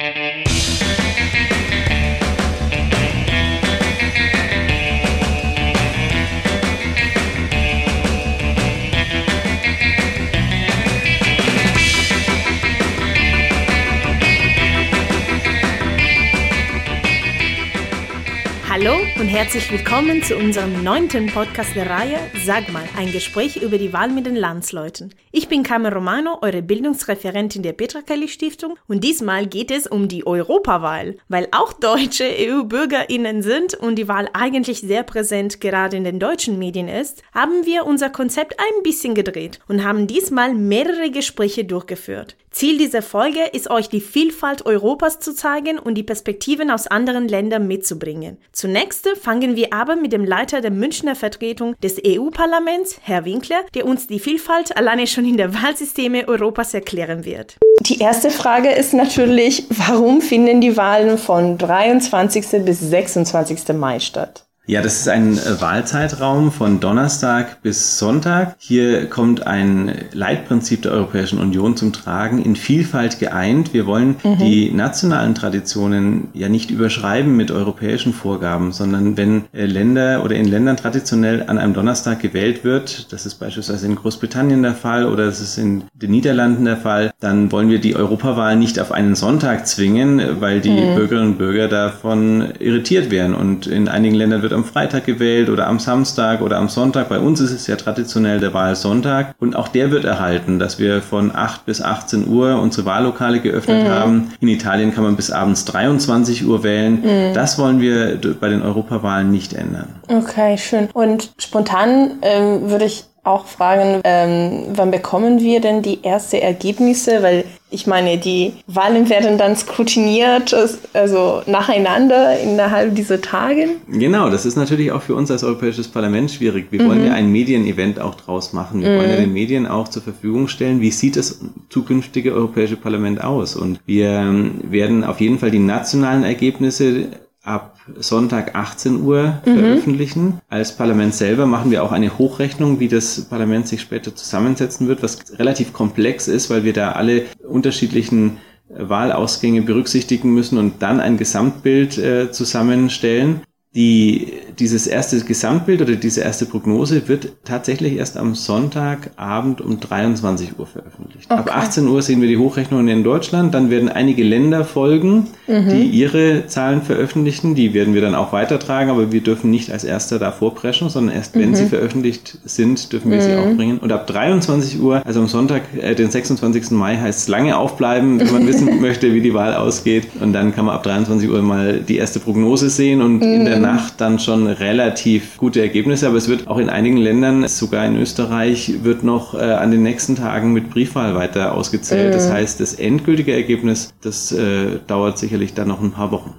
Hallo und herzlich willkommen zu unserem 9. Podcast der Reihe Sag mal, ein Gespräch über die Wahl mit den Landsleuten. Ich bin Carmen Romano, eure Bildungsreferentin der Petra Kelly Stiftung und diesmal geht es um die Europawahl. Weil auch deutsche EU-BürgerInnen sind und die Wahl eigentlich sehr präsent gerade in den deutschen Medien ist, haben wir unser Konzept ein bisschen gedreht und haben diesmal mehrere Gespräche durchgeführt. Ziel dieser Folge ist, euch die Vielfalt Europas zu zeigen und die Perspektiven aus anderen Ländern mitzubringen. Zunächst fangen wir aber mit dem Leiter der Münchner Vertretung des EU-Parlaments, Herr Winkler, der uns die Vielfalt alleine schon in der Wahlsysteme Europas erklären wird. Die erste Frage ist natürlich, warum finden die Wahlen von 23. bis 26. Mai statt? Ja, das ist ein Wahlzeitraum von Donnerstag bis Sonntag. Hier kommt ein Leitprinzip der Europäischen Union zum Tragen, in Vielfalt geeint. Wir wollen die nationalen Traditionen ja nicht überschreiben mit europäischen Vorgaben, sondern wenn Länder oder in Ländern traditionell an einem Donnerstag gewählt wird, das ist beispielsweise in Großbritannien der Fall oder das ist in den Niederlanden der Fall, dann wollen wir die Europawahl nicht auf einen Sonntag zwingen, weil die Bürgerinnen und Bürger davon irritiert werden. Und in einigen Ländern wird am Freitag gewählt oder am Samstag oder am Sonntag. Bei uns ist es ja traditionell der Wahlsonntag und auch der wird erhalten, dass wir von 8 bis 18 Uhr unsere Wahllokale geöffnet haben. In Italien kann man bis abends 23 Uhr wählen. Das wollen wir bei den Europawahlen nicht ändern. Okay, schön. Und spontan würde ich auch fragen, wann bekommen wir denn die ersten Ergebnisse? Weil ich meine, die Wahlen werden dann skrutiniert, also nacheinander innerhalb dieser Tage. Genau, das ist natürlich auch für uns als Europäisches Parlament schwierig. Wir wollen ja ein Medienevent auch draus machen. Wir wollen ja den Medien auch zur Verfügung stellen, wie sieht das zukünftige Europäische Parlament aus? Und wir werden auf jeden Fall die nationalen Ergebnisse ab Sonntag 18 Uhr veröffentlichen. Als Parlament selber machen wir auch eine Hochrechnung, wie das Parlament sich später zusammensetzen wird, was relativ komplex ist, weil wir da alle unterschiedlichen Wahlausgänge berücksichtigen müssen und dann ein Gesamtbild zusammenstellen. Dieses erste Gesamtbild oder diese erste Prognose wird tatsächlich erst am Sonntagabend um 23 Uhr veröffentlicht. Okay. Ab 18 Uhr sehen wir die Hochrechnungen in Deutschland, dann werden einige Länder folgen, die ihre Zahlen veröffentlichen, die werden wir dann auch weitertragen, aber wir dürfen nicht als erster da vorpreschen, sondern erst wenn sie veröffentlicht sind, dürfen wir sie auch bringen. Und ab 23 Uhr, also am Sonntag, den 26. Mai, heißt es lange aufbleiben, wenn man wissen möchte, wie die Wahl ausgeht. Und dann kann man ab 23 Uhr mal die erste Prognose sehen und in der Nacht dann schon relativ gute Ergebnisse, aber es wird auch in einigen Ländern, sogar in Österreich, wird noch an den nächsten Tagen mit Briefwahl weiter ausgezählt. Das heißt, das endgültige Ergebnis, das dauert sicherlich dann noch ein paar Wochen.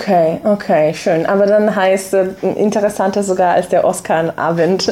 Okay, schön. Aber dann heißt es interessanter sogar als der Oscar-Abend.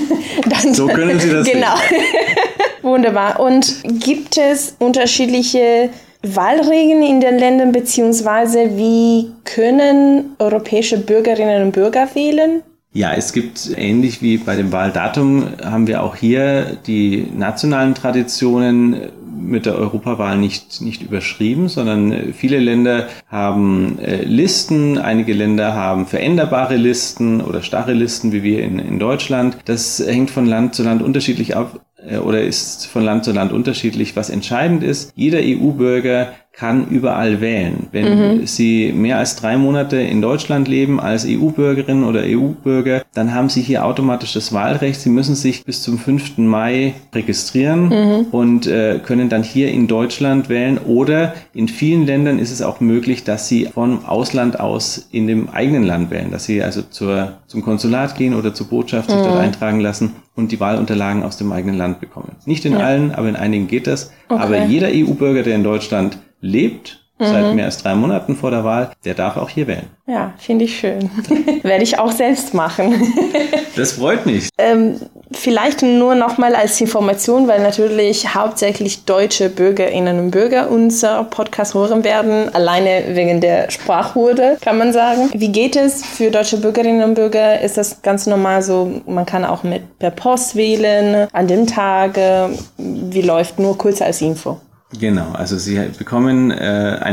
So können Sie das genau. Sehen. Wunderbar. Und gibt es unterschiedliche Wahlregeln in den Ländern, beziehungsweise wie können europäische Bürgerinnen und Bürger wählen? Ja, es gibt, ähnlich wie bei dem Wahldatum, haben wir auch hier die nationalen Traditionen mit der Europawahl nicht überschrieben, sondern viele Länder haben Listen, einige Länder haben veränderbare Listen oder starre Listen, wie wir in Deutschland. Das hängt von Land zu Land unterschiedlich ab oder ist von Land zu Land unterschiedlich. Was entscheidend ist, jeder EU-Bürger kann überall wählen. Wenn Sie mehr als 3 Monate in Deutschland leben als EU-Bürgerin oder EU-Bürger, dann haben Sie hier automatisch das Wahlrecht. Sie müssen sich bis zum 5. Mai registrieren und können dann hier in Deutschland wählen. Oder in vielen Ländern ist es auch möglich, dass Sie vom Ausland aus in dem eigenen Land wählen, dass Sie also zum Konsulat gehen oder zur Botschaft sich dort eintragen lassen und die Wahlunterlagen aus dem eigenen Land bekommen. Nicht in allen, aber in einigen geht das. Okay. Aber jeder EU-Bürger, der in Deutschland lebt, seit mehr als 3 Monaten vor der Wahl, der darf auch hier wählen. Ja, finde ich schön. Werde ich auch selbst machen. Das freut mich. Vielleicht nur nochmal als Information, weil natürlich hauptsächlich deutsche Bürgerinnen und Bürger unser Podcast hören werden, alleine wegen der Sprachhürde, kann man sagen. Wie geht es für deutsche Bürgerinnen und Bürger? Ist das ganz normal so, man kann auch per Post wählen, an dem Tag? Wie läuft, nur kurz als Info? Genau, also Sie bekommen eine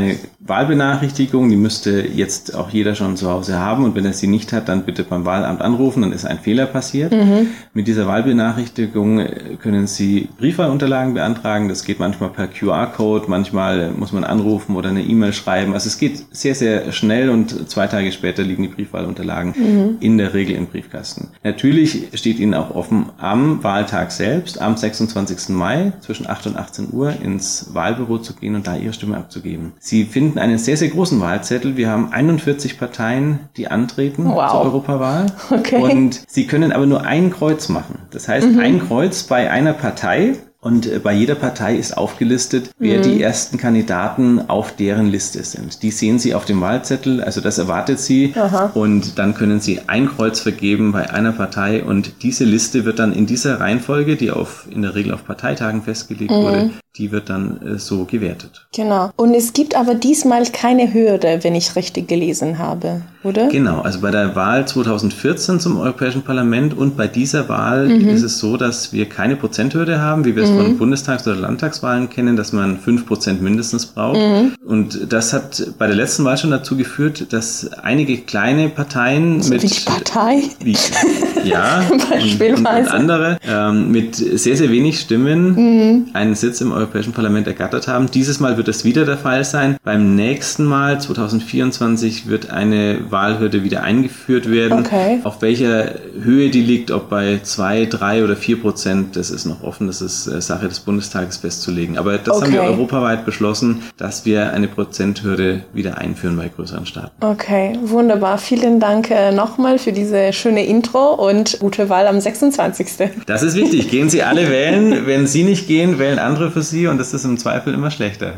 Wahlbenachrichtigung, die müsste jetzt auch jeder schon zu Hause haben und wenn er sie nicht hat, dann bitte beim Wahlamt anrufen, dann ist ein Fehler passiert. Mit dieser Wahlbenachrichtigung können Sie Briefwahlunterlagen beantragen, das geht manchmal per QR-Code, manchmal muss man anrufen oder eine E-Mail schreiben, also es geht sehr, sehr schnell und 2 Tage später liegen die Briefwahlunterlagen in der Regel im Briefkasten. Natürlich steht Ihnen auch offen, am Wahltag selbst, am 26. Mai zwischen 8 und 18 Uhr ins Wahlbüro zu gehen und da Ihre Stimme abzugeben. Sie finden einen sehr, sehr großen Wahlzettel. Wir haben 41 Parteien, die antreten zur Europawahl. Okay. Und Sie können aber nur ein Kreuz machen. Das heißt, ein Kreuz bei einer Partei. Und bei jeder Partei ist aufgelistet, wer die ersten Kandidaten auf deren Liste sind. Die sehen Sie auf dem Wahlzettel, also das erwartet Sie. Und dann können Sie ein Kreuz vergeben bei einer Partei und diese Liste wird dann in dieser Reihenfolge, die in der Regel auf Parteitagen festgelegt wurde, die wird dann so gewertet. Genau. Und es gibt aber diesmal keine Hürde, wenn ich richtig gelesen habe, oder? Genau, also bei der Wahl 2014 zum Europäischen Parlament und bei dieser Wahl ist es so, dass wir keine Prozenthürde haben, wie wir es von Bundestags- oder Landtagswahlen kennen, dass man 5% mindestens braucht. Und das hat bei der letzten Wahl schon dazu geführt, dass einige kleine Parteien so mit... wie die Partei? Ja, und andere mit sehr, sehr wenig Stimmen einen Sitz im Europäischen Parlament ergattert haben. Dieses Mal wird es wieder der Fall sein. Beim nächsten Mal, 2024, wird eine Wahlhürde wieder eingeführt werden. Okay. Auf welcher Höhe die liegt, ob bei 2, 3 oder 4%, das ist noch offen, das ist Sache des Bundestages festzulegen. Aber das haben wir europaweit beschlossen, dass wir eine Prozenthürde wieder einführen bei größeren Staaten. Okay, wunderbar. Vielen Dank nochmal für diese schöne Intro und gute Wahl am 26. Das ist wichtig. Gehen Sie alle wählen. Wenn Sie nicht gehen, wählen andere für Sie und das ist im Zweifel immer schlechter.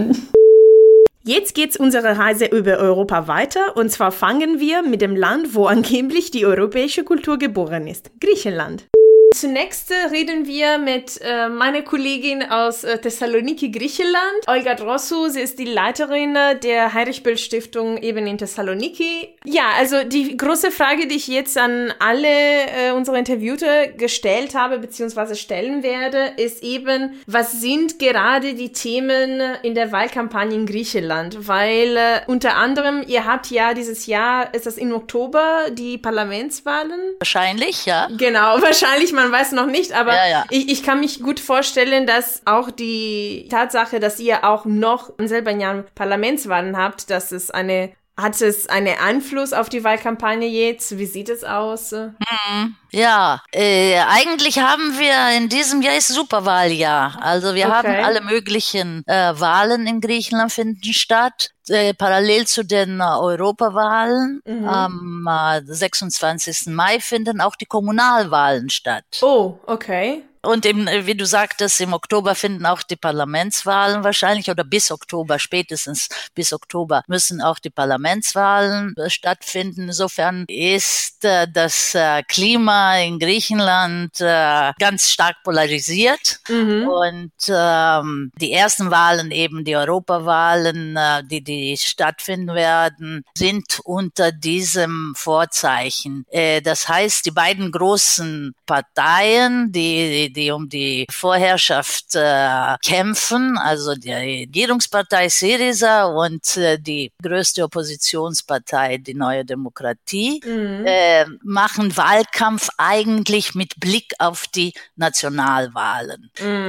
Jetzt geht's unsere Reise über Europa weiter und zwar fangen wir mit dem Land, wo angeblich die europäische Kultur geboren ist, Griechenland. Zunächst reden wir mit meiner Kollegin aus Thessaloniki, Griechenland, Olga Drossou. Sie ist die Leiterin der Heinrich-Böll-Stiftung eben in Thessaloniki. Ja, also die große Frage, die ich jetzt an alle unsere Interviewte gestellt habe bzw. stellen werde, ist eben, was sind gerade die Themen in der Wahlkampagne in Griechenland? Weil unter anderem, ihr habt ja dieses Jahr, ist das im Oktober, die Parlamentswahlen? Wahrscheinlich, ja. Genau, wahrscheinlich, man weiß noch nicht, aber ja. Ich kann mich gut vorstellen, dass auch die Tatsache, dass ihr auch noch im selben Jahr Parlamentswahlen habt, hat es einen Einfluss auf die Wahlkampagne jetzt? Wie sieht es aus? Ja, eigentlich haben wir in diesem Jahr ist Superwahljahr. Also wir haben alle möglichen Wahlen in Griechenland finden statt. Parallel zu den Europawahlen am 26. Mai finden auch die Kommunalwahlen statt. Oh, okay. Und wie du sagtest, im Oktober finden auch die Parlamentswahlen wahrscheinlich oder spätestens bis Oktober müssen auch die Parlamentswahlen stattfinden. Insofern ist das Klima in Griechenland ganz stark polarisiert. Und die ersten Wahlen, eben die Europawahlen, die stattfinden werden, sind unter diesem Vorzeichen. Das heißt, die beiden großen Parteien, die um die Vorherrschaft kämpfen, also die Regierungspartei Syriza und die größte Oppositionspartei, die Neue Demokratie, machen Wahlkampf eigentlich mit Blick auf die Nationalwahlen.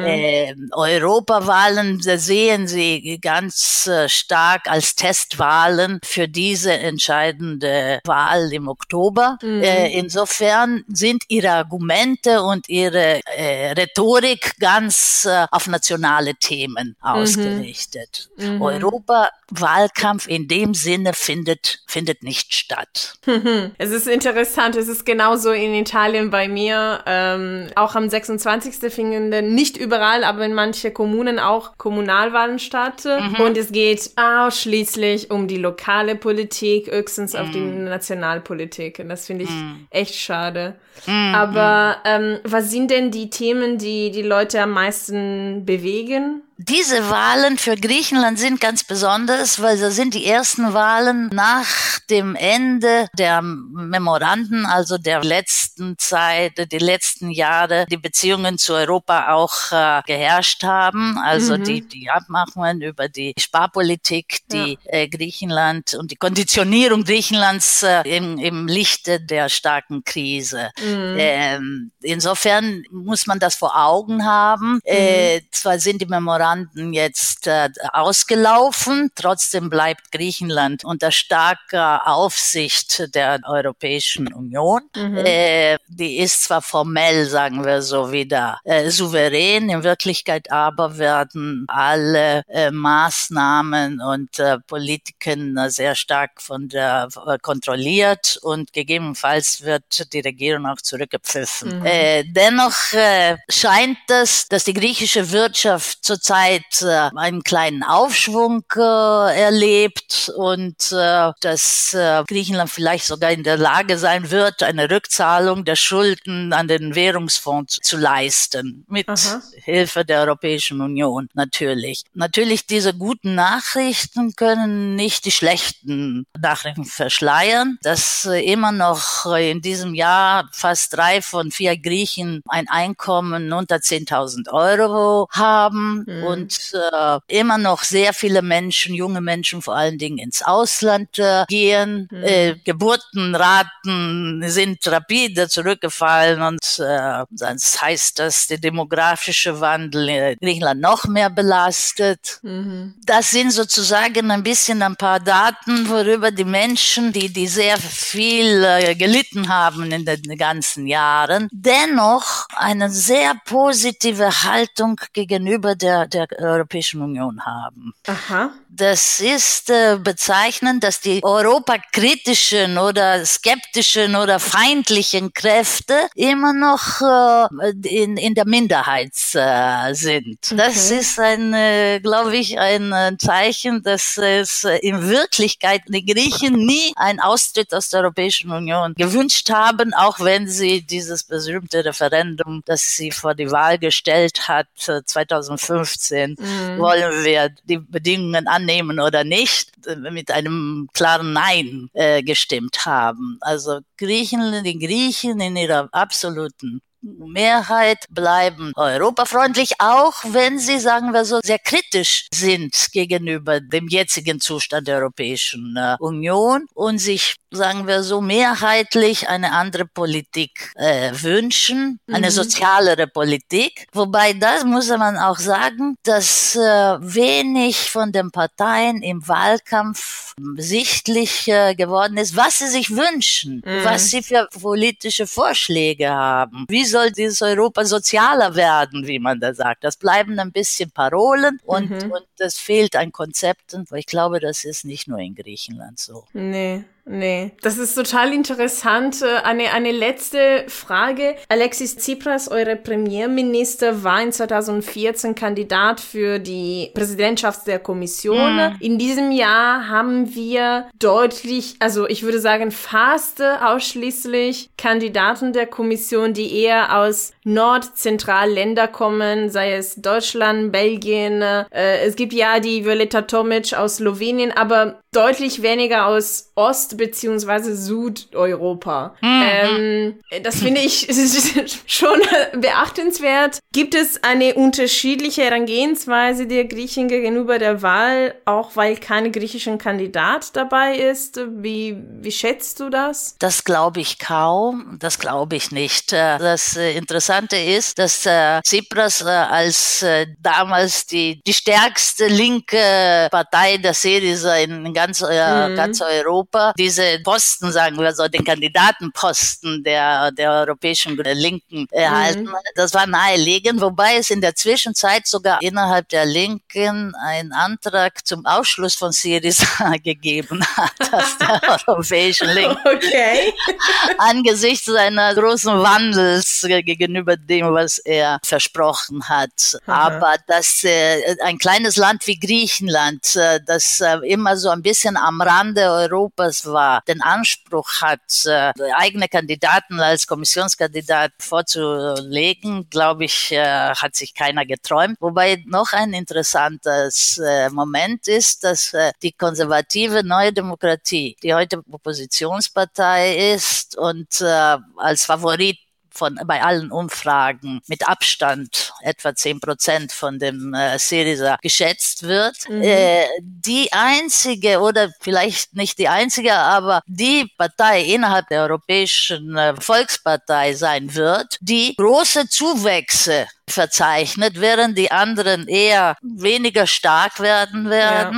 Europawahlen sehen sie ganz stark als Testwahlen für diese entscheidende Wahl im Oktober. Insofern sind ihre Argumente und ihre Rhetorik ganz auf nationale Themen ausgerichtet. Europa-Wahlkampf in dem Sinne findet nicht statt. Es ist interessant, es ist genauso in Italien bei mir. Auch am 26. finden nicht überall, aber in manchen Kommunen auch Kommunalwahlen statt. Und es geht ausschließlich um die lokale Politik, höchstens auf die Nationalpolitik. Und das finde ich echt schade. Aber was sind denn die Themen, die Leute am meisten bewegen? Diese Wahlen für Griechenland sind ganz besonders, weil das sind die ersten Wahlen nach dem Ende der Memoranden, also der letzten Zeit, die letzten Jahre, die Beziehungen zu Europa auch geherrscht haben. Also die Abmachungen über die Sparpolitik, die Griechenland und die Konditionierung Griechenlands im Lichte der starken Krise. Insofern muss man das vor Augen haben. Zwar sind die Memoranden jetzt ausgelaufen, trotzdem bleibt Griechenland unter starker Aufsicht der Europäischen Union. Die ist zwar formell, sagen wir so, wieder souverän, in Wirklichkeit aber werden alle Maßnahmen und Politiken sehr stark von der kontrolliert und gegebenenfalls wird die Regierung auch zurückgepfiffen. Dennoch scheint es, dass die griechische Wirtschaft zurzeit einen kleinen Aufschwung erlebt und dass Griechenland vielleicht sogar in der Lage sein wird, eine Rückzahlung der Schulden an den Währungsfonds zu leisten, mit Hilfe der Europäischen Union natürlich. Natürlich, diese guten Nachrichten können nicht die schlechten Nachrichten verschleiern, dass immer noch in diesem Jahr fast 3 von 4 Griechen ein Einkommen unter 10.000 Euro haben und immer noch sehr viele Menschen, junge Menschen vor allen Dingen ins Ausland gehen. Geburtenraten sind rapide zurückgefallen und das heißt, dass der demografische Wandel Griechenland noch mehr belastet. Das sind sozusagen ein bisschen ein paar Daten, worüber die Menschen, die sehr viel gelitten haben in den ganzen Jahren, dennoch eine sehr positive Haltung gegenüber der Europäischen Union haben. Das ist bezeichnend, dass die europakritischen oder skeptischen oder feindlichen Kräfte immer noch in der Minderheit sind. Das ist glaube ich, ein Zeichen, dass es in Wirklichkeit die Griechen nie einen Austritt aus der Europäischen Union gewünscht haben, auch wenn sie dieses berühmte Referendum, das sie vor die Wahl gestellt hat, 2015, wollen wir die Bedingungen annehmen oder nicht, mit einem klaren Nein gestimmt haben. Also die Griechen in ihrer absoluten Mehrheit bleiben europafreundlich, auch wenn sie, sagen wir so, sehr kritisch sind gegenüber dem jetzigen Zustand der Europäischen Union und sich, sagen wir so, mehrheitlich eine andere Politik wünschen, eine sozialere Politik. Wobei, das muss man auch sagen, dass wenig von den Parteien im Wahlkampf sichtlich geworden ist, was sie sich wünschen, was sie für politische Vorschläge haben. Wie soll dieses Europa sozialer werden, wie man da sagt? Das bleiben ein bisschen Parolen und es fehlt an Konzepten. Ich glaube, das ist nicht nur in Griechenland so. Nee, das ist total interessant. Eine letzte Frage. Alexis Tsipras, eure Premierminister, war in 2014 Kandidat für die Präsidentschaft der Kommission. In diesem Jahr haben wir deutlich, also ich würde sagen fast ausschließlich Kandidaten der Kommission, die eher aus Nord-Zentral-Länder kommen, sei es Deutschland, Belgien. Es gibt ja die Violeta Tomic aus Slowenien, aber deutlich weniger aus Ost- bzw. Südeuropa. Das finde ich schon beachtenswert. Gibt es eine unterschiedliche Herangehensweise der Griechen gegenüber der Wahl, auch weil kein griechischer Kandidat dabei ist? Wie schätzt du das? Das glaube ich kaum. Das glaube ich nicht. Das Interessante ist, dass Tsipras als damals die stärkste linke Partei der Syriza in ganz Europa diese Posten, sagen wir so, den Kandidatenposten der europäischen Linken erhalten. Das war naheliegend, wobei es in der Zwischenzeit sogar innerhalb der Linken einen Antrag zum Ausschluss von Syriza gegeben hat aus der europäischen Linken. Okay. Angesichts seiner großen Wandels gegenüber dem, was er versprochen hat. Aber dass ein kleines Land wie Griechenland, das immer so ein bisschen bisschen am Rande Europas war, den Anspruch hat, eigene Kandidaten als Kommissionskandidat vorzulegen, glaube ich, hat sich keiner geträumt. Wobei noch ein interessantes Moment ist, dass die konservative Neue Demokratie, die heute Oppositionspartei ist und als Favorit bei allen Umfragen mit Abstand etwa 10% von dem Syriza geschätzt wird. Die einzige oder vielleicht nicht die einzige, aber die Partei innerhalb der Europäischen Volkspartei sein wird, die große Zuwächse verzeichnet, während die anderen eher weniger stark werden,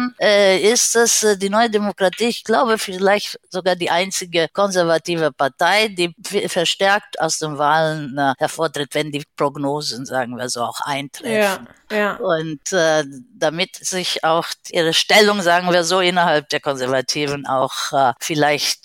ist es die Neue Demokratie, ich glaube vielleicht sogar die einzige konservative Partei, die verstärkt aus den Wahlen hervortritt, wenn die Prognosen, sagen wir so, auch eintreffen. Ja. Und damit sich auch ihre Stellung, sagen wir so, innerhalb der Konservativen auch vielleicht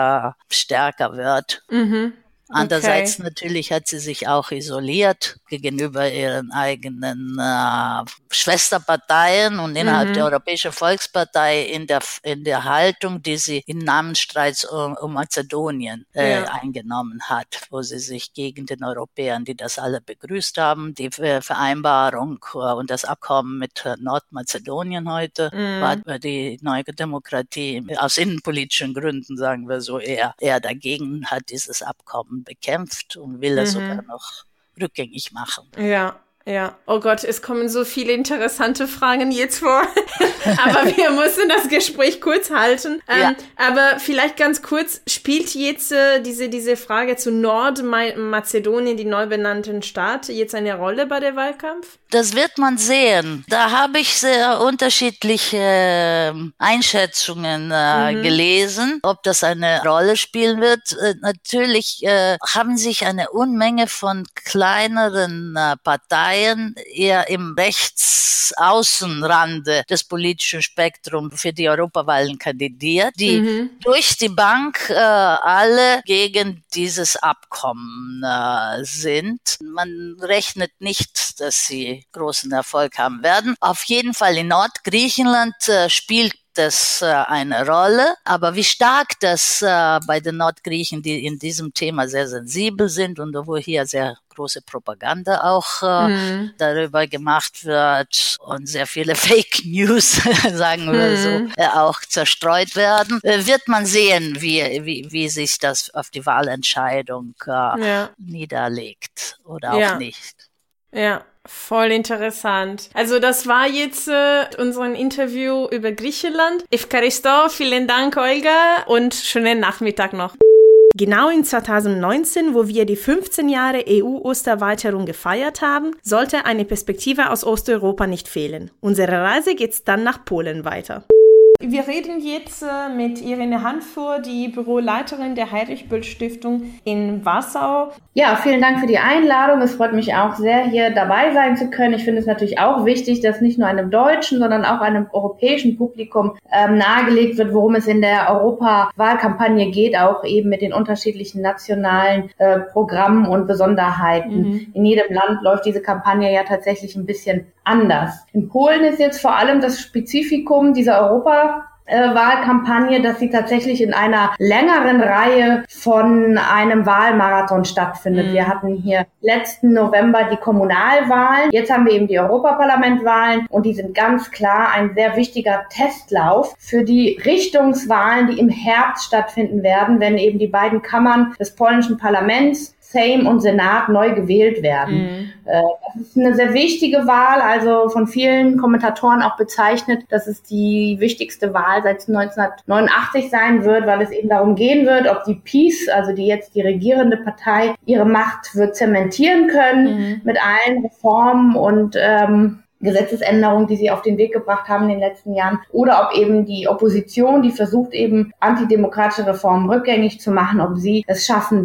stärker wird. Andererseits natürlich hat sie sich auch isoliert gegenüber ihren eigenen Schwesterparteien und innerhalb der Europäischen Volkspartei in der Haltung, die sie in Namensstreits um Mazedonien eingenommen hat, wo sie sich gegen den Europäern, die das alle begrüßt haben, die Vereinbarung und das Abkommen mit Nordmazedonien heute, war die Neue Demokratie aus innenpolitischen Gründen, sagen wir so, eher dagegen, hat dieses Abkommen bekämpft und will es sogar noch rückgängig machen. Ja, oh Gott, es kommen so viele interessante Fragen jetzt vor, aber wir müssen das Gespräch kurz halten. Aber vielleicht ganz kurz, spielt jetzt diese Frage zu Nordmazedonien, die neu benannten Staat, jetzt eine Rolle bei der Wahlkampf? Das wird man sehen. Da habe ich sehr unterschiedliche Einschätzungen gelesen, ob das eine Rolle spielen wird. Natürlich haben sich eine Unmenge von kleineren Parteien eher im Rechtsaußenrande des politischen Spektrums für die Europawahlen kandidiert, die durch die Bank alle gegen dieses Abkommen sind. Man rechnet nicht, dass sie großen Erfolg haben werden. Auf jeden Fall in Nordgriechenland spielt das eine Rolle, aber wie stark das bei den Nordgriechen, die in diesem Thema sehr sensibel sind und wo hier sehr große Propaganda auch darüber gemacht wird und sehr viele Fake News, sagen wir so, auch zerstreut werden, wird man sehen, wie sich das auf die Wahlentscheidung niederlegt oder auch nicht. Ja. Voll interessant. Also das war jetzt unser Interview über Griechenland. Efkaristo, vielen Dank, Olga, und schönen Nachmittag noch. Genau in 2019, wo wir die 15 Jahre EU-Osterweiterung gefeiert haben, sollte eine Perspektive aus Osteuropa nicht fehlen. Unsere Reise geht dann nach Polen weiter. Wir reden jetzt mit Irene Hanfuhr, die Büroleiterin der Heinrich-Böll-Stiftung in Warschau. Ja, vielen Dank für die Einladung. Es freut mich auch sehr, hier dabei sein zu können. Ich finde es natürlich auch wichtig, dass nicht nur einem deutschen, sondern auch einem europäischen Publikum nahegelegt wird, worum es in der Europawahlkampagne geht, auch eben mit den unterschiedlichen nationalen Programmen und Besonderheiten. In jedem Land läuft diese Kampagne ja tatsächlich ein bisschen anders. In Polen ist jetzt vor allem das Spezifikum dieser Wahlkampagne, dass sie tatsächlich in einer längeren Reihe von einem Wahlmarathon stattfindet. Wir hatten hier letzten November die Kommunalwahlen, jetzt haben wir eben die Europaparlamentwahlen und die sind ganz klar ein sehr wichtiger Testlauf für die Richtungswahlen, die im Herbst stattfinden werden, wenn eben die beiden Kammern des polnischen Parlaments, Sejm und Senat, neu gewählt werden. Das ist eine sehr wichtige Wahl, also von vielen Kommentatoren auch bezeichnet, dass es die wichtigste Wahl seit 1989 sein wird, weil es eben darum gehen wird, ob die PiS, also die regierende Partei, ihre Macht wird zementieren können mit allen Reformen und Gesetzesänderungen, die sie auf den Weg gebracht haben in den letzten Jahren, oder ob eben die Opposition, die versucht eben antidemokratische Reformen rückgängig zu machen, ob sie es schaffen wird,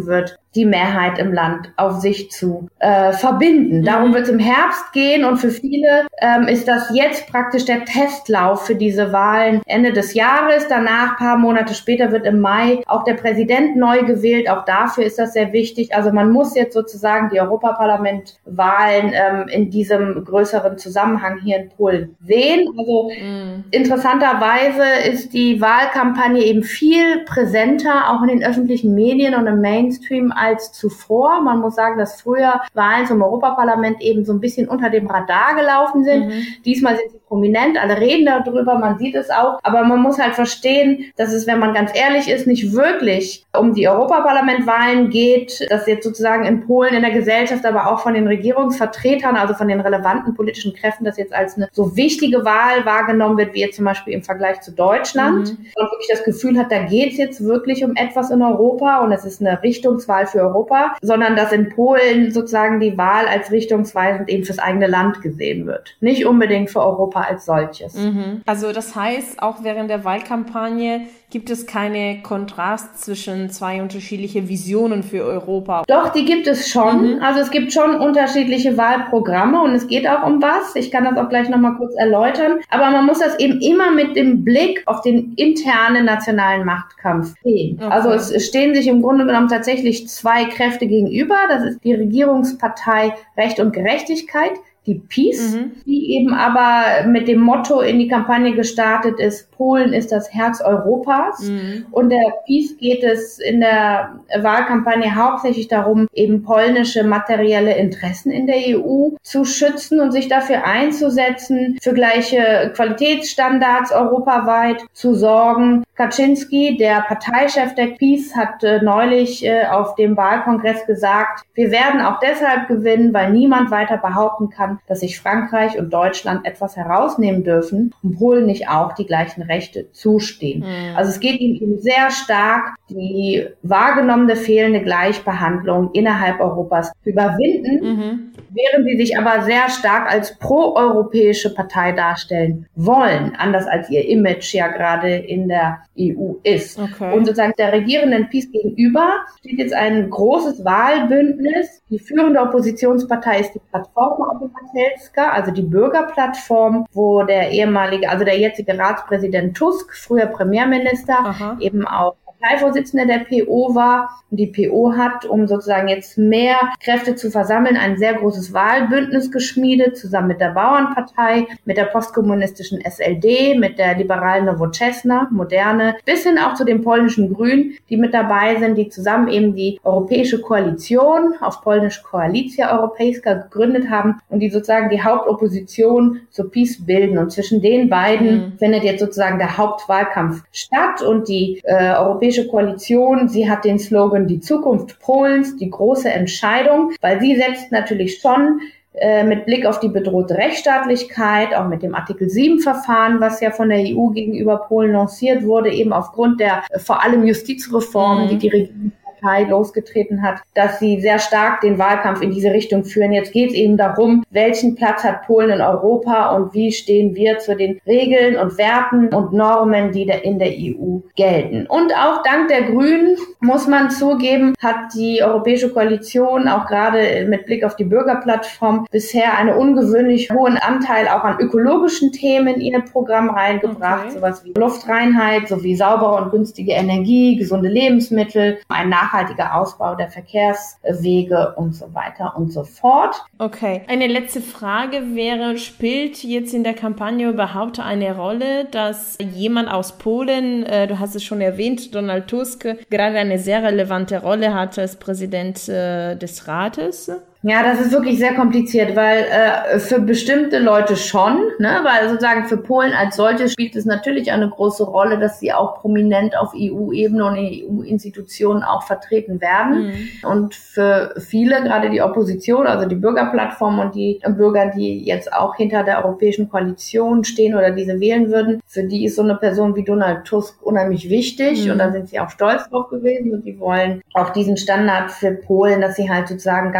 die Mehrheit im Land auf sich zu verbinden. Darum wird es im Herbst gehen und für viele ist das jetzt praktisch der Testlauf für diese Wahlen Ende des Jahres. Danach, paar Monate später, wird im Mai auch der Präsident neu gewählt. Auch dafür ist das sehr wichtig. Also man muss jetzt sozusagen die Europaparlament-Wahlen in diesem größeren Zusammenhang hier in Polen sehen. Also interessanterweise ist die Wahlkampagne eben viel präsenter, auch in den öffentlichen Medien und im Mainstream als zuvor. Man muss sagen, dass früher Wahlen zum Europaparlament eben so ein bisschen unter dem Radar gelaufen sind. Diesmal sind sie prominent, alle reden darüber, man sieht es auch. Aber man muss halt verstehen, dass es, wenn man ganz ehrlich ist, nicht wirklich um die Europaparlamentwahlen geht, dass jetzt sozusagen in Polen in der Gesellschaft, aber auch von den Regierungsvertretern, also von den relevanten politischen Kräften, das jetzt als eine so wichtige Wahl wahrgenommen wird, wie jetzt zum Beispiel im Vergleich zu Deutschland. Und wirklich das Gefühl hat, da geht es jetzt wirklich um etwas in Europa und es ist eine Richtungswahl für Europa, sondern dass in Polen sozusagen die Wahl als richtungsweisend eben fürs eigene Land gesehen wird. Nicht unbedingt für Europa als solches. Also das heißt, auch während der Wahlkampagne gibt es keine Kontrast zwischen zwei unterschiedliche Visionen für Europa? Doch, die gibt es schon. Also es gibt schon unterschiedliche Wahlprogramme und es geht auch um was. Ich kann das auch gleich nochmal kurz erläutern. Aber man muss das eben immer mit dem Blick auf den internen nationalen Machtkampf sehen. Okay. Also es stehen sich im Grunde genommen tatsächlich zwei Kräfte gegenüber. Das ist die Regierungspartei Recht und Gerechtigkeit, die PiS, die eben aber mit dem Motto in die Kampagne gestartet ist, Polen ist das Herz Europas. Und der PiS geht es in der Wahlkampagne hauptsächlich darum, eben polnische materielle Interessen in der EU zu schützen und sich dafür einzusetzen, für gleiche Qualitätsstandards europaweit zu sorgen. Kaczynski, der Parteichef der PiS, hat neulich auf dem Wahlkongress gesagt, wir werden auch deshalb gewinnen, weil niemand weiter behaupten kann, dass sich Frankreich und Deutschland etwas herausnehmen dürfen und Polen nicht auch die gleichen Rechte zustehen. Also es geht ihm eben sehr stark, die wahrgenommene fehlende Gleichbehandlung innerhalb Europas zu überwinden, während sie sich aber sehr stark als proeuropäische Partei darstellen wollen, anders als ihr Image ja gerade in der EU ist. Okay. Und sozusagen der regierenden PiS gegenüber steht jetzt ein großes Wahlbündnis. Die führende Oppositionspartei ist die Platforma Obywatelska, also die Bürgerplattform, wo der jetzige Ratspräsident Tusk, früher Premierminister, eben auch Parteivorsitzender der PO war. Und die PO hat, um sozusagen jetzt mehr Kräfte zu versammeln, ein sehr großes Wahlbündnis geschmiedet, zusammen mit der Bauernpartei, mit der postkommunistischen SLD, mit der liberalen Nowoczesna, Moderne, bis hin auch zu den polnischen Grünen, die mit dabei sind, die zusammen eben die Europäische Koalition, auf Polnisch Koalicja Europejska, gegründet haben und die sozusagen die Hauptopposition zur PiS bilden. Und zwischen den beiden findet jetzt sozusagen der Hauptwahlkampf statt und die Europäische Koalition, sie hat den Slogan Die Zukunft Polens, die große Entscheidung, weil sie setzt natürlich schon mit Blick auf die bedrohte Rechtsstaatlichkeit, auch mit dem Artikel 7-Verfahren, was ja von der EU gegenüber Polen lanciert wurde, eben aufgrund der vor allem Justizreformen, die die Regierungspartei losgetreten hat, dass sie sehr stark den Wahlkampf in diese Richtung führen. Jetzt geht es eben darum, welchen Platz hat Polen in Europa und wie stehen wir zu den Regeln und Werten und Normen, die in der EU gelten. Und auch dank der Grünen, muss man zugeben, hat die Europäische Koalition auch gerade mit Blick auf die Bürgerplattform bisher einen ungewöhnlich hohen Anteil auch an ökologischen Themen in ihr Programm reingebracht, sowas wie Luftreinheit sowie saubere und günstige Energie, gesunde Lebensmittel, ein nachhaltiger Ausbau der Verkehrswege und so weiter und so fort. Okay. Eine letzte Frage wäre, spielt jetzt in der Kampagne überhaupt eine Rolle, dass jemand aus Polen, du hast es schon erwähnt, Donald Tusk, gerade eine sehr relevante Rolle hat als Präsident des Rates? Ja, das ist wirklich sehr kompliziert, weil für bestimmte Leute schon, ne, weil sozusagen für Polen als solches spielt es natürlich eine große Rolle, dass sie auch prominent auf EU-Ebene und in EU-Institutionen auch vertreten werden. Und für viele, gerade die Opposition, also die Bürgerplattform und die Bürger, die jetzt auch hinter der Europäischen Koalition stehen oder diese wählen würden, für die ist so eine Person wie Donald Tusk unheimlich wichtig und da sind sie auch stolz drauf gewesen und die wollen auch diesen Standard für Polen, dass sie halt sozusagen ganz oben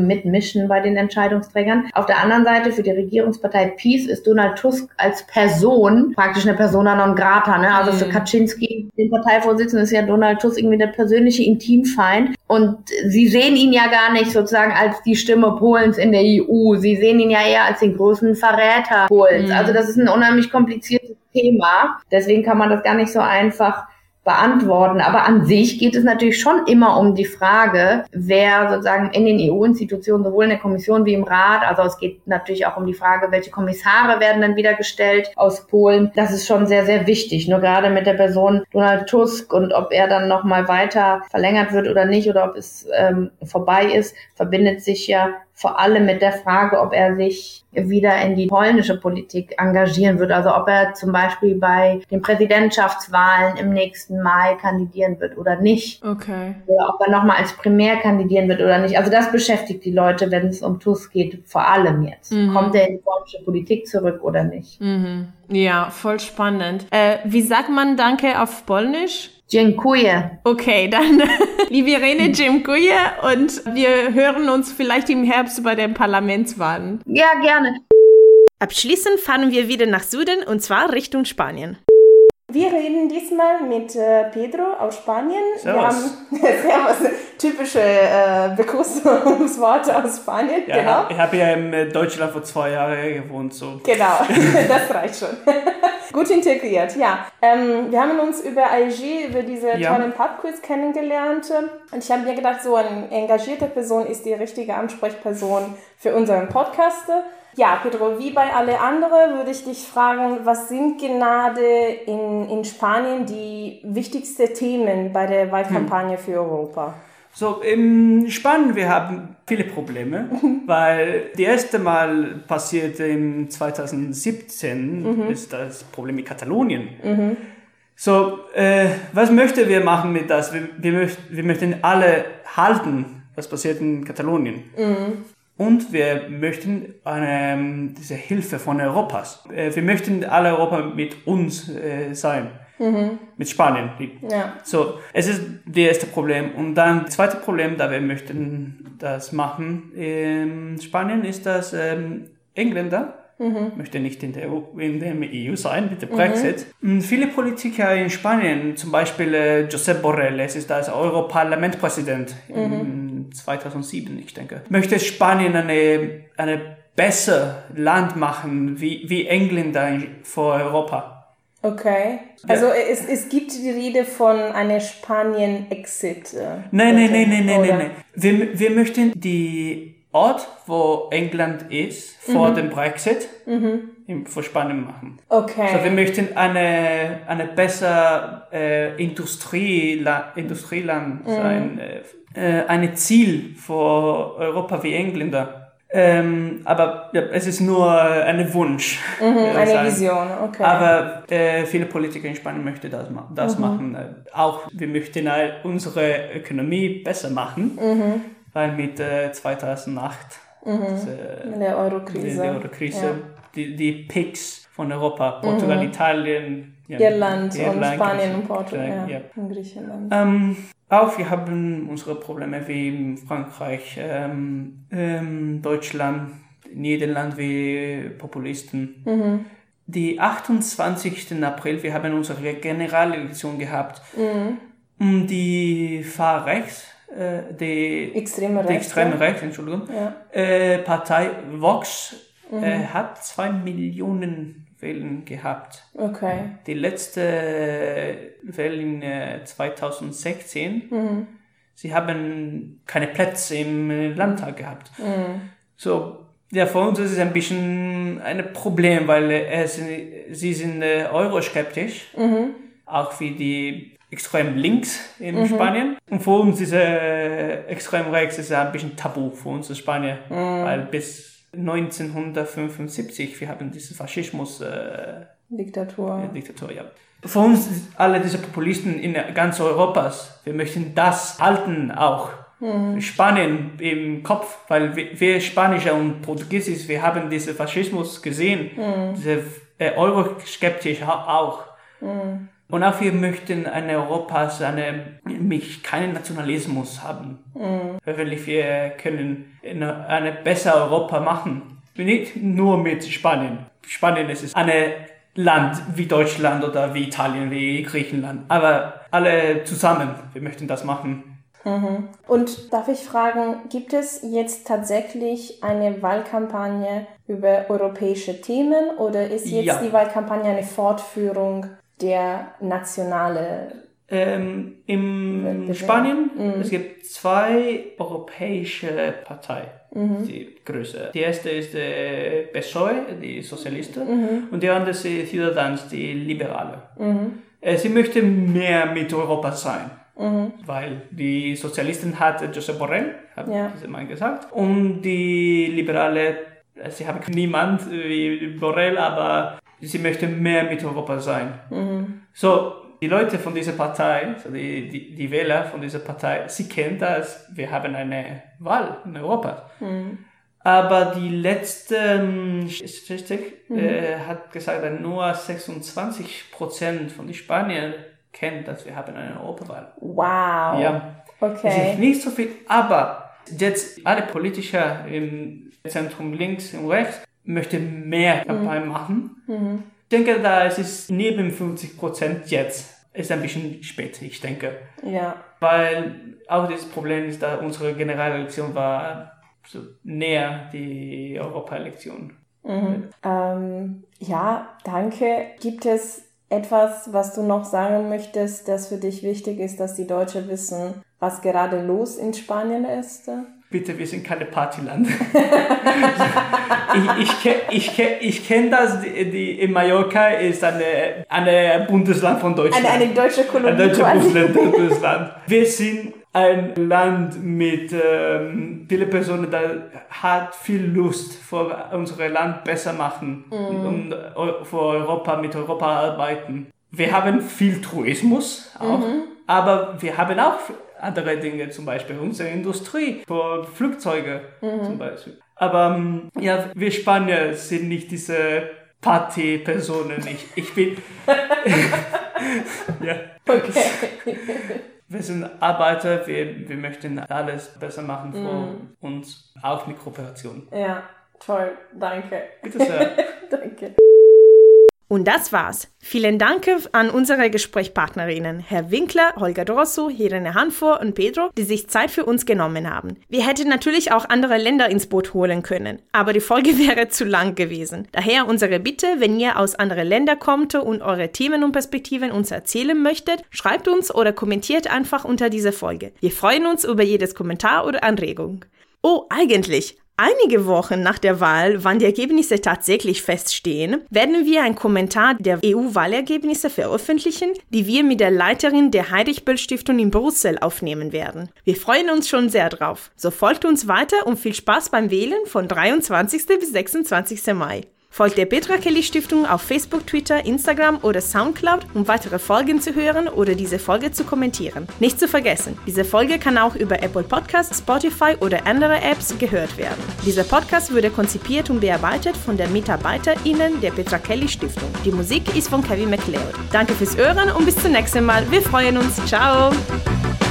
mitmischen bei den Entscheidungsträgern. Auf der anderen Seite für die Regierungspartei PiS ist Donald Tusk als Person praktisch eine Persona non grata. Ne? Also für Kaczynski, den Parteivorsitzenden, ist ja Donald Tusk irgendwie der persönliche Intimfeind. Und sie sehen ihn ja gar nicht sozusagen als die Stimme Polens in der EU. Sie sehen ihn ja eher als den größten Verräter Polens. Also das ist ein unheimlich kompliziertes Thema. Deswegen kann man das gar nicht so einfach beantworten. Aber an sich geht es natürlich schon immer um die Frage, wer sozusagen in den EU-Institutionen, sowohl in der Kommission wie im Rat, also es geht natürlich auch um die Frage, welche Kommissare werden dann wieder gestellt aus Polen. Das ist schon sehr, sehr wichtig. Nur gerade mit der Person Donald Tusk und ob er dann nochmal weiter verlängert wird oder nicht oder ob es vorbei ist, verbindet sich ja vor allem mit der Frage, ob er sich wieder in die polnische Politik engagieren wird. Also ob er zum Beispiel bei den Präsidentschaftswahlen im nächsten Mai kandidieren wird oder nicht. Okay. Oder ob er nochmal als Primär kandidieren wird oder nicht. Also das beschäftigt die Leute, wenn es um Tusk geht, vor allem jetzt. Kommt er in die polnische Politik zurück oder nicht? Ja, voll spannend. Wie sagt man Danke auf Polnisch? Dziękuję. Okay, dann liebe Irene, dziękuję und wir hören uns vielleicht im Herbst bei den Parlamentswahlen. Ja, gerne. Abschließend fahren wir wieder nach Süden und zwar Richtung Spanien. Wir reden diesmal mit Pedro aus Spanien. Servus. Wir haben Servus, typische Begrüßungsworte aus Spanien. Ja, genau. Ich habe ja in Deutschland vor 2 Jahren gewohnt. So. Genau, das reicht schon. Gut integriert, ja. Wir haben uns über IG, über diese tollen Pubquiz kennengelernt. Und ich habe mir gedacht, so eine engagierte Person ist die richtige Ansprechperson für unseren Podcast. Ja, Pedro, wie bei alle anderen würde ich dich fragen, was sind gerade in Spanien die wichtigsten Themen bei der Wahlkampagne für Europa? So, in Spanien, wir haben viele Probleme, weil das erste Mal passiert in 2017 ist das Problem mit Katalonien. So, was möchten wir machen mit das? Wir möchten alle halten, was passiert in Katalonien. Und wir möchten diese Hilfe von Europas. Wir möchten alle Europa mit uns sein. Mit Spanien. Ja. So, es ist das erste Problem. Und dann das zweite Problem, da wir möchten das machen in Spanien, ist, dass Engländer möchten nicht in der EU sein, mit dem Brexit. Viele Politiker in Spanien, zum Beispiel Josep Borrell, es ist das Europaparlamentspräsident in 2007, ich denke, möchte Spanien eine bessere Land machen, wie Engländer vor Europa. Okay. Also es gibt die Rede von einer Spanien-Exit. Nein. Wir möchten die Ort, wo England ist, vor dem Brexit, für Spanien machen. Okay. So, wir möchten eine bessere Industrieland sein, ein Ziel für Europa wie Engländer. Aber ja, es ist nur ein Wunsch. Eine Vision, okay. Aber viele Politiker in Spanien möchten das machen. Auch wir möchten unsere Ökonomie besser machen, weil mit 2008 in der Eurokrise, die Peaks von Europa, Portugal, Italien, Irland und Spanien und Portugal, und Griechenland. Auch wir haben unsere Probleme wie in Frankreich, Deutschland, Niederland wie Populisten. Die 28. April, wir haben unsere Generalelektion gehabt. Die Fahrrechts, die extreme Rechts, Entschuldigung, Partei Vox hat 2 Millionen Wählen gehabt. Okay. Die letzte Wahl in 2016, sie haben keine Plätze im Landtag gehabt. So, ja, für uns ist es ein bisschen ein Problem, weil sie sind euroskeptisch, auch wie die extrem links in Spanien. Und für uns ist extrem rechts ist ein bisschen tabu für uns in Spanien, weil bis 1975, wir haben diesen Faschismus Diktatur, ja. Für uns alle diese Populisten in ganz Europas, wir möchten das halten auch. Spanien im Kopf, weil wir Spanische und Portugiesisch, wir haben diesen Faschismus gesehen, diese Euroskeptisch auch. Und auch wir möchten ein Europa, keinen Nationalismus haben. Hoffentlich wir können eine bessere Europa machen. Nicht nur mit Spanien. Spanien ist ein Land wie Deutschland oder wie Italien, wie Griechenland. Aber alle zusammen, wir möchten das machen. Und darf ich fragen, gibt es jetzt tatsächlich eine Wahlkampagne über europäische Themen oder ist jetzt die Wahlkampagne eine Fortführung der nationalen? In Spanien, es gibt 2 europäische Parteien, die größer. Die erste ist der PSOE, die Sozialisten, und die andere ist die Ciudadanos, die Liberale. Sie möchten mehr mit Europa sein. Weil die Sozialisten hat Josep Borrell, habe ich das mal gesagt, und die Liberale, sie haben niemand wie Borrell, aber sie möchten mehr mit Europa sein. So, die Leute von dieser Partei, so die Wähler von dieser Partei, sie kennen das, wir haben eine Wahl in Europa. Aber die letzte Statistik hat gesagt, dass nur 26% von den Spaniern kennen, dass wir haben eine Europawahl. Wow. Ja. Okay. Es ist nicht so viel, aber jetzt alle Politiker im Zentrum links und rechts möchten mehr Kampagnen machen. Ich denke, da es ist neben 50% jetzt. Ist ein bisschen spät, ich denke. Ja. Weil auch das Problem ist, da unsere Generalelektion war so näher die Europaelektion. Ja, danke. Gibt es etwas, was du noch sagen möchtest, das für dich wichtig ist, dass die Deutschen wissen, was gerade los in Spanien ist? Bitte, wir sind keine Partyland. ich kenne das, in Mallorca ist eine Bundesland von Deutschland. Eine deutsche Kolonie. Ein deutsches Bundesland. Wir sind ein Land mit vielen Personen, die hat viel Lust, für unser Land besser machen und für Europa, mit Europa arbeiten. Wir haben viel Tourismus auch, aber wir haben auch andere Dinge, zum Beispiel unsere Industrie, für Flugzeuge zum Beispiel. Aber ja, wir Spanier sind nicht diese Partypersonen. Ich bin... ja. Okay. Wir sind Arbeiter, wir möchten alles besser machen für uns, auch mit Kooperation. Ja, toll, danke. Bitte sehr. Danke. Und das war's. Vielen Dank an unsere Gesprächspartnerinnen, Herr Winkler, Holger Drosso, Irene Hanfor und Pedro, die sich Zeit für uns genommen haben. Wir hätten natürlich auch andere Länder ins Boot holen können, aber die Folge wäre zu lang gewesen. Daher unsere Bitte, wenn ihr aus anderen Ländern kommt und eure Themen und Perspektiven uns erzählen möchtet, schreibt uns oder kommentiert einfach unter dieser Folge. Wir freuen uns über jedes Kommentar oder Anregung. Oh, eigentlich... Einige Wochen nach der Wahl, wann die Ergebnisse tatsächlich feststehen, werden wir einen Kommentar der EU-Wahlergebnisse veröffentlichen, die wir mit der Leiterin der Heinrich-Böll-Stiftung in Brüssel aufnehmen werden. Wir freuen uns schon sehr drauf. So folgt uns weiter und viel Spaß beim Wählen von 23. bis 26. Mai. Folgt der Petra Kelly Stiftung auf Facebook, Twitter, Instagram oder Soundcloud, um weitere Folgen zu hören oder diese Folge zu kommentieren. Nicht zu vergessen, diese Folge kann auch über Apple Podcasts, Spotify oder andere Apps gehört werden. Dieser Podcast wurde konzipiert und bearbeitet von den MitarbeiterInnen der Petra Kelly Stiftung. Die Musik ist von Kevin MacLeod. Danke fürs Hören und bis zum nächsten Mal. Wir freuen uns. Ciao!